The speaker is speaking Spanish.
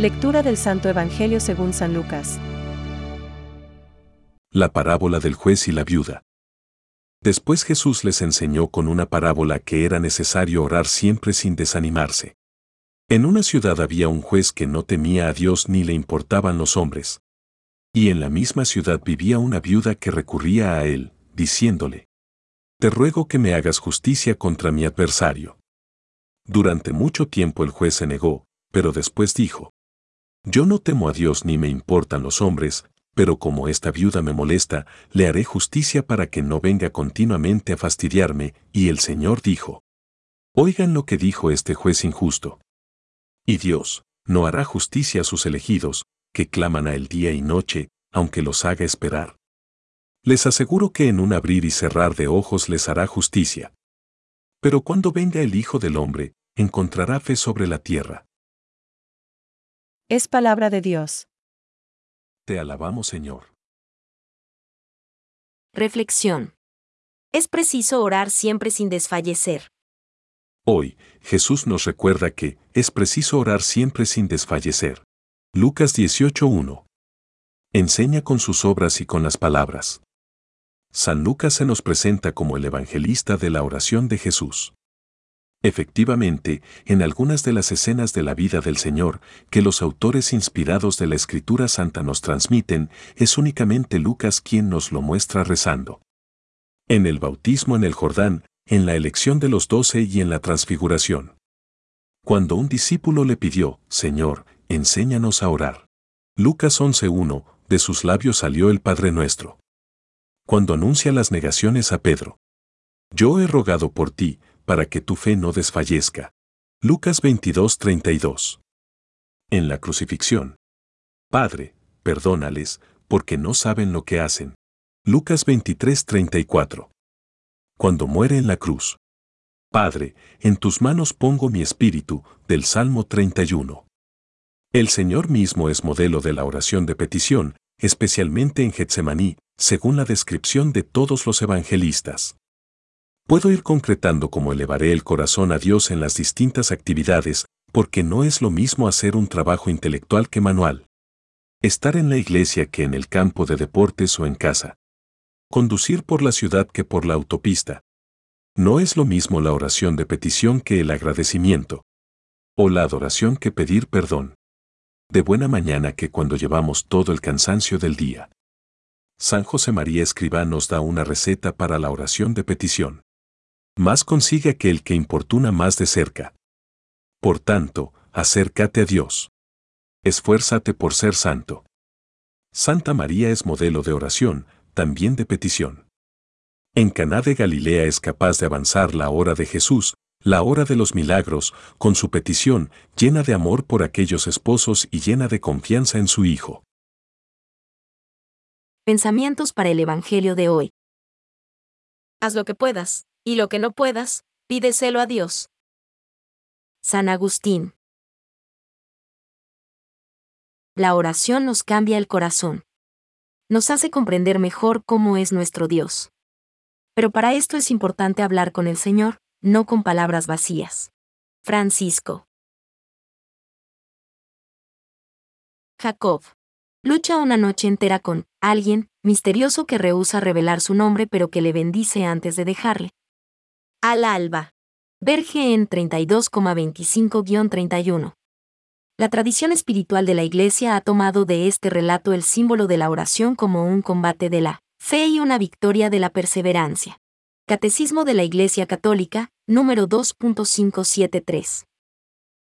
Lectura del Santo Evangelio según San Lucas. La parábola del juez y la viuda. Después Jesús les enseñó con una parábola que era necesario orar siempre sin desanimarse. En una ciudad había un juez que no temía a Dios ni le importaban los hombres. Y en la misma ciudad vivía una viuda que recurría a él, diciéndole: «Te ruego que me hagas justicia contra mi adversario». Durante mucho tiempo el juez se negó, pero después dijo: «Yo no temo a Dios ni me importan los hombres, pero como esta viuda me molesta, le haré justicia para que no venga continuamente a fastidiarme». Y el Señor dijo: «Oigan lo que dijo este juez injusto. Y Dios no hará justicia a sus elegidos, que claman a él día y noche, aunque los haga esperar. Les aseguro que en un abrir y cerrar de ojos les hará justicia. Pero cuando venga el Hijo del Hombre, ¿encontrará fe sobre la tierra?». Es palabra de Dios. Te alabamos, Señor. Reflexión. Es preciso orar siempre sin desfallecer. Hoy, Jesús nos recuerda que es preciso orar siempre sin desfallecer. Lucas 18:1. Enseña con sus obras y con las palabras. San Lucas se nos presenta como el evangelista de la oración de Jesús. Efectivamente, en algunas de las escenas de la vida del Señor que los autores inspirados de la Escritura Santa nos transmiten, es únicamente Lucas quien nos lo muestra rezando. En el bautismo en el Jordán, en la elección de los 12 y en la transfiguración. Cuando un discípulo le pidió: «Señor, enséñanos a orar». Lucas 11:1, de sus labios salió el Padre Nuestro. Cuando anuncia las negaciones a Pedro: «Yo he rogado por ti, para que tu fe no desfallezca». Lucas 22:32. En la crucifixión: «Padre, perdónales, porque no saben lo que hacen». Lucas 23:34. Cuando muere en la cruz: «Padre, en tus manos pongo mi espíritu», del Salmo 31. El Señor mismo es modelo de la oración de petición, especialmente en Getsemaní, según la descripción de todos los evangelistas. Puedo ir concretando cómo elevaré el corazón a Dios en las distintas actividades, porque no es lo mismo hacer un trabajo intelectual que manual. Estar en la iglesia que en el campo de deportes o en casa. Conducir por la ciudad que por la autopista. No es lo mismo la oración de petición que el agradecimiento. O la adoración que pedir perdón. De buena mañana que cuando llevamos todo el cansancio del día. San José María Escrivá nos da una receta para la oración de petición. Más consigue aquel que importuna más de cerca. Por tanto, acércate a Dios. Esfuérzate por ser santo. Santa María es modelo de oración, también de petición. En Caná de Galilea es capaz de avanzar la hora de Jesús, la hora de los milagros, con su petición, llena de amor por aquellos esposos y llena de confianza en su Hijo. Pensamientos para el Evangelio de hoy. Haz lo que puedas, y lo que no puedas, pídeselo a Dios. San Agustín. La oración nos cambia el corazón. Nos hace comprender mejor cómo es nuestro Dios. Pero para esto es importante hablar con el Señor, no con palabras vacías. Francisco. Jacob. Lucha una noche entera con alguien misterioso que rehúsa revelar su nombre pero que le bendice antes de dejarle. Al alba. Verge en 32,25-31. La tradición espiritual de la Iglesia ha tomado de este relato el símbolo de la oración como un combate de la fe y una victoria de la perseverancia. Catecismo de la Iglesia Católica, número 2.573.